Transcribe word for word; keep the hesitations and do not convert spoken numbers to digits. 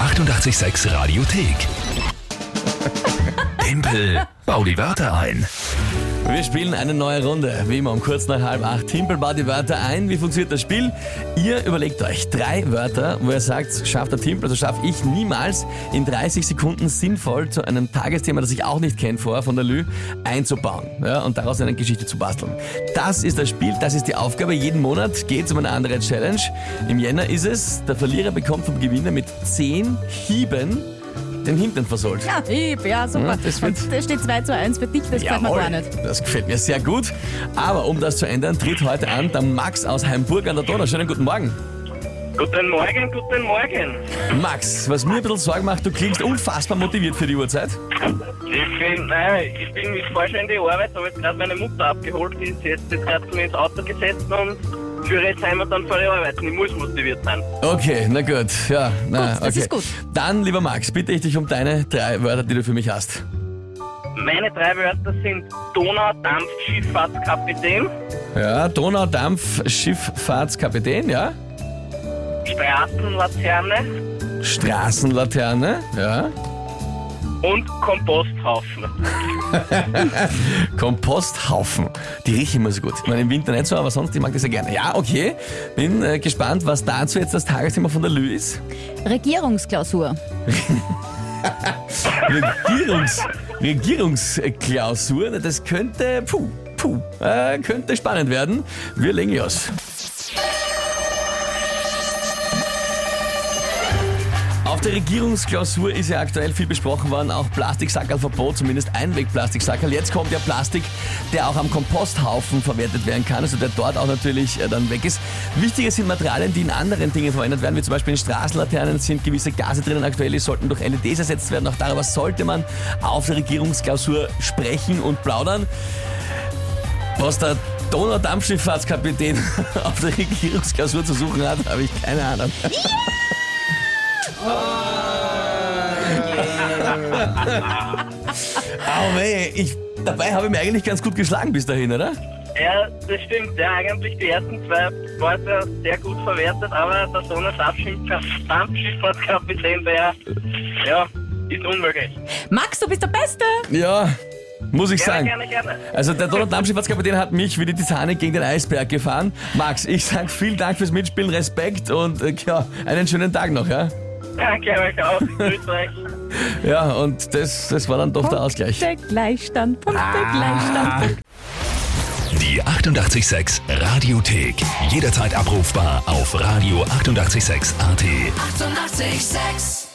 achtundachtzig Komma sechs Radiothek. Tempel, bau die Wörter ein. Wir spielen eine neue Runde, wie immer um kurz nach halb acht. Timpel baut die Wörter ein. Wie funktioniert das Spiel? Ihr überlegt euch drei Wörter, wo ihr sagt, schafft der Timpel, also schaffe ich niemals in dreißig Sekunden sinnvoll zu einem Tagesthema, das ich auch nicht kenne vorher von der Lü, einzubauen, ja, und daraus eine Geschichte zu basteln. Das ist das Spiel, das ist die Aufgabe. Jeden Monat geht es um eine andere Challenge. Im Jänner ist es, der Verlierer bekommt vom Gewinner mit zehn Hieben den Hintern versohlt. Ja, Hieb, ja, super. Ja, das wird- Und da steht zwei zu eins für dich, das gefällt mir Jawohl, gar nicht. das gefällt mir sehr gut. Aber um das zu ändern, tritt heute an der Max aus Heimburg an der Donau. Schönen guten Morgen. Guten Morgen, guten Morgen. Max, was mir ein bisschen Sorgen macht, du klingst unfassbar motiviert für die Uhrzeit. Ich bin, nein, ich bin ich fahr schon in die Arbeit, habe jetzt gerade meine Mutter abgeholt, die ist jetzt gerade zu mir ins Auto gesetzt und führe jetzt heim und dann vor die Arbeit. Ich muss motiviert sein. Okay, na gut. Ja, na, Gut, das okay. ist gut. Dann, lieber Max, bitte ich dich um deine drei Wörter, die du für mich hast. Meine drei Wörter sind Donaudampfschifffahrtskapitän, Ja, Donaudampf-Schifffahrtskapitän, ja. Straßenlaterne Straßenlaterne, ja. und Komposthaufen. Komposthaufen. Die riechen immer so gut. Ich meine, im Winter nicht so, aber sonst, ich mag das ja gerne. Ja, okay. Bin äh, gespannt, was dazu jetzt das Tagesthema von der Lü ist. Regierungsklausur. Regierungs, Regierungsklausur, na, das könnte, puh, puh, äh, könnte spannend werden. Wir legen los. Auf der Regierungsklausur ist ja aktuell viel besprochen worden, auch Plastiksackerlverbot, zumindest Einwegplastiksackerl. Jetzt kommt ja Plastik, der auch am Komposthaufen verwertet werden kann, also der dort auch natürlich äh, dann weg ist. Wichtiger sind Materialien, die in anderen Dingen verwendet werden, wie zum Beispiel in Straßenlaternen sind gewisse Gase drinnen aktuell, die sollten durch L E Ds ersetzt werden. Auch darüber sollte man auf der Regierungsklausur sprechen und plaudern. Was der Donaudampfschifffahrtskapitän auf der Regierungsklausur zu suchen hat, habe ich keine Ahnung. Oh weh, ich, dabei habe ich mich eigentlich ganz gut geschlagen bis dahin, oder? Ja, das stimmt. Ja, eigentlich die ersten zwei Worte sehr gut verwertet, aber der Donaudampfschifffahrtskapitän, der, ja, ist unmöglich. Max, du bist der Beste. Ja, muss ich Gerne, sagen. gerne, gerne. Also der Donaudampfschifffahrtskapitän hat mich wie die Titanic gegen den Eisberg gefahren. Max, ich sage vielen Dank fürs Mitspielen, Respekt und äh, ja, einen schönen Tag noch, ja? Danke euch auch. Grüß euch. Ja, und das, das war dann doch der Ausgleich. Punkte Gleichstand, Punkte Gleichstand. Die achtundachtzig Komma sechs Radiothek. Jederzeit abrufbar auf radio achtundachtzig Komma sechs A T. Eighty-eight point six